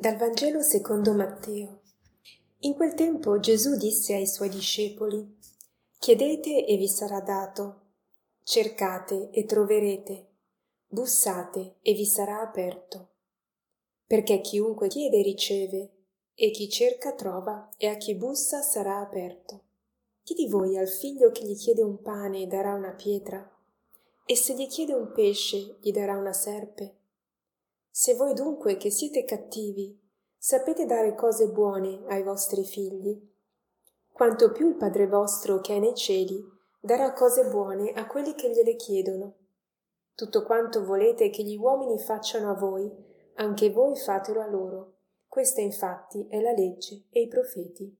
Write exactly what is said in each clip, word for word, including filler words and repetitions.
Dal Vangelo secondo Matteo. In quel tempo Gesù disse ai suoi discepoli: Chiedete e vi sarà dato, cercate e troverete, bussate e vi sarà aperto. Perché chiunque chiede riceve, e chi cerca trova, e a chi bussa sarà aperto. Chi di voi al figlio che gli chiede un pane darà una pietra? E se gli chiede un pesce gli darà una serpe? Se voi dunque, che siete cattivi, sapete dare cose buone ai vostri figli, quanto più il Padre vostro che è nei cieli darà cose buone a quelli che gliele chiedono. Tutto quanto volete che gli uomini facciano a voi, anche voi fatelo a loro. Questa infatti è la legge e i profeti.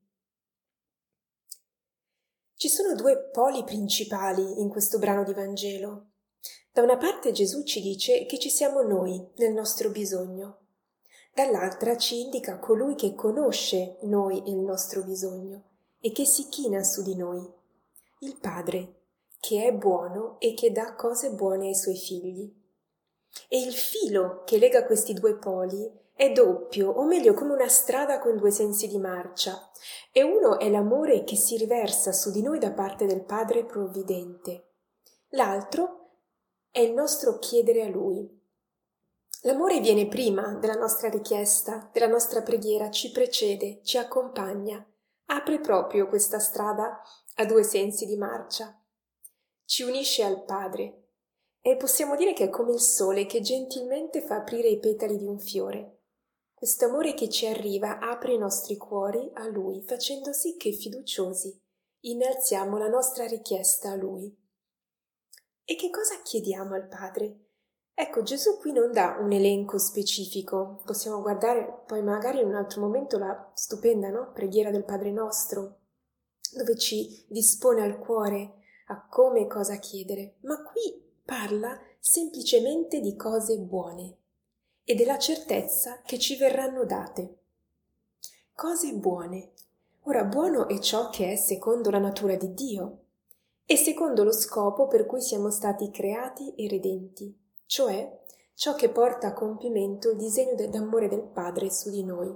Ci sono due poli principali in questo brano di Vangelo. Da una parte Gesù ci dice che ci siamo noi nel nostro bisogno. Dall'altra ci indica colui che conosce noi e il nostro bisogno e che si china su di noi, il Padre, che è buono e che dà cose buone ai suoi figli. E il filo che lega questi due poli è doppio, o meglio come una strada con due sensi di marcia, e uno è l'amore che si riversa su di noi da parte del Padre provvidente. L'altro è il nostro chiedere a Lui. L'amore viene prima della nostra richiesta, della nostra preghiera, ci precede, ci accompagna, apre proprio questa strada a due sensi di marcia. Ci unisce al Padre e possiamo dire che è come il sole che gentilmente fa aprire i petali di un fiore. Questo amore che ci arriva apre i nostri cuori a Lui, facendo sì che fiduciosi innalziamo la nostra richiesta a Lui. E che cosa chiediamo al Padre? Ecco, Gesù qui non dà un elenco specifico. Possiamo guardare poi magari in un altro momento la stupenda, no? Preghiera del Padre Nostro, dove ci dispone al cuore a come e cosa chiedere. Ma qui parla semplicemente di cose buone e della certezza che ci verranno date. Cose buone. Ora, buono è ciò che è secondo la natura di Dio e secondo lo scopo per cui siamo stati creati e redenti, cioè ciò che porta a compimento il disegno d'amore del Padre su di noi.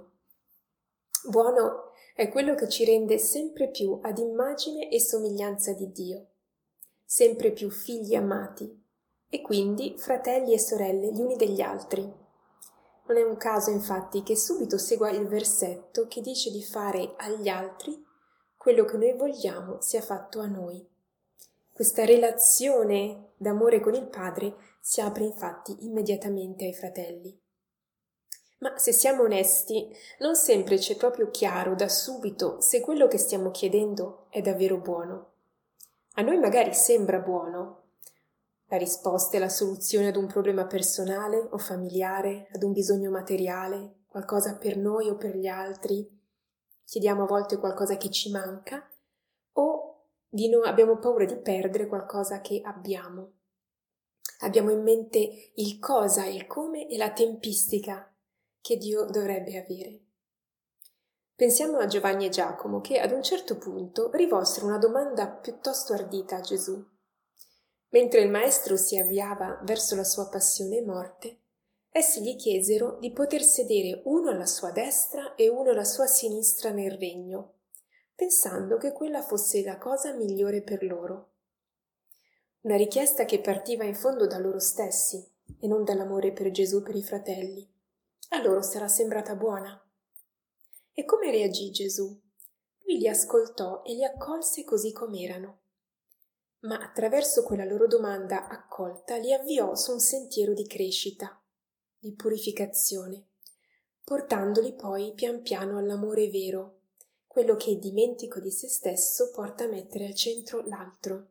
Buono è quello che ci rende sempre più ad immagine e somiglianza di Dio, sempre più figli amati e quindi fratelli e sorelle gli uni degli altri. Non è un caso infatti che subito segua il versetto che dice di fare agli altri quello che noi vogliamo sia fatto a noi. Questa relazione d'amore con il Padre si apre infatti immediatamente ai fratelli. Ma se siamo onesti, non sempre c'è proprio chiaro da subito se quello che stiamo chiedendo è davvero buono. A noi magari sembra buono. La risposta è la soluzione ad un problema personale o familiare, ad un bisogno materiale, qualcosa per noi o per gli altri. Chiediamo a volte qualcosa che ci manca o di noi abbiamo paura di perdere qualcosa che abbiamo. Abbiamo in mente il cosa, il come e la tempistica che Dio dovrebbe avere. Pensiamo a Giovanni e Giacomo che ad un certo punto rivolsero una domanda piuttosto ardita a Gesù. Mentre il maestro si avviava verso la sua passione e morte, essi gli chiesero di poter sedere uno alla sua destra e uno alla sua sinistra nel regno, pensando che quella fosse la cosa migliore per loro. Una richiesta che partiva in fondo da loro stessi e non dall'amore per Gesù e per i fratelli. A loro sarà sembrata buona. E come reagì Gesù? Lui li ascoltò e li accolse così com'erano. Ma attraverso quella loro domanda accolta li avviò su un sentiero di crescita, di purificazione, portandoli poi pian piano all'amore vero, quello che dimentico di se stesso porta a mettere al centro l'altro.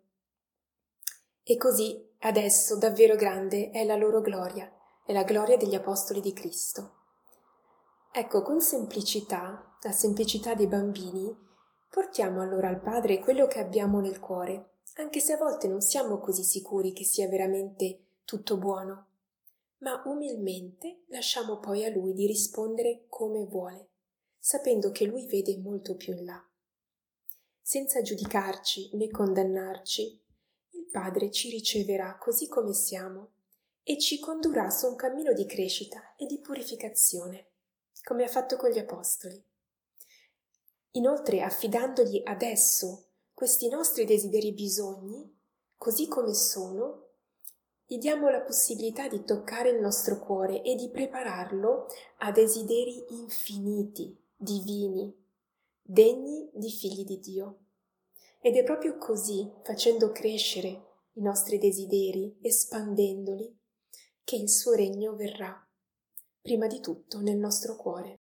E così adesso davvero grande è la loro gloria, è la gloria degli apostoli di Cristo. Ecco, con semplicità, la semplicità dei bambini, portiamo allora al Padre quello che abbiamo nel cuore, anche se a volte non siamo così sicuri che sia veramente tutto buono, ma umilmente lasciamo poi a Lui di rispondere come vuole, sapendo che Lui vede molto più in là. Senza giudicarci né condannarci, il Padre ci riceverà così come siamo e ci condurrà su un cammino di crescita e di purificazione. come ha fatto con gli Apostoli. Inoltre, affidandogli adesso questi nostri desideri e bisogni, così come sono, gli diamo la possibilità di toccare il nostro cuore e di prepararlo a desideri infiniti, divini, degni di figli di Dio. Ed è proprio così, facendo crescere i nostri desideri, espandendoli, che il suo regno verrà, prima di tutto nel nostro cuore.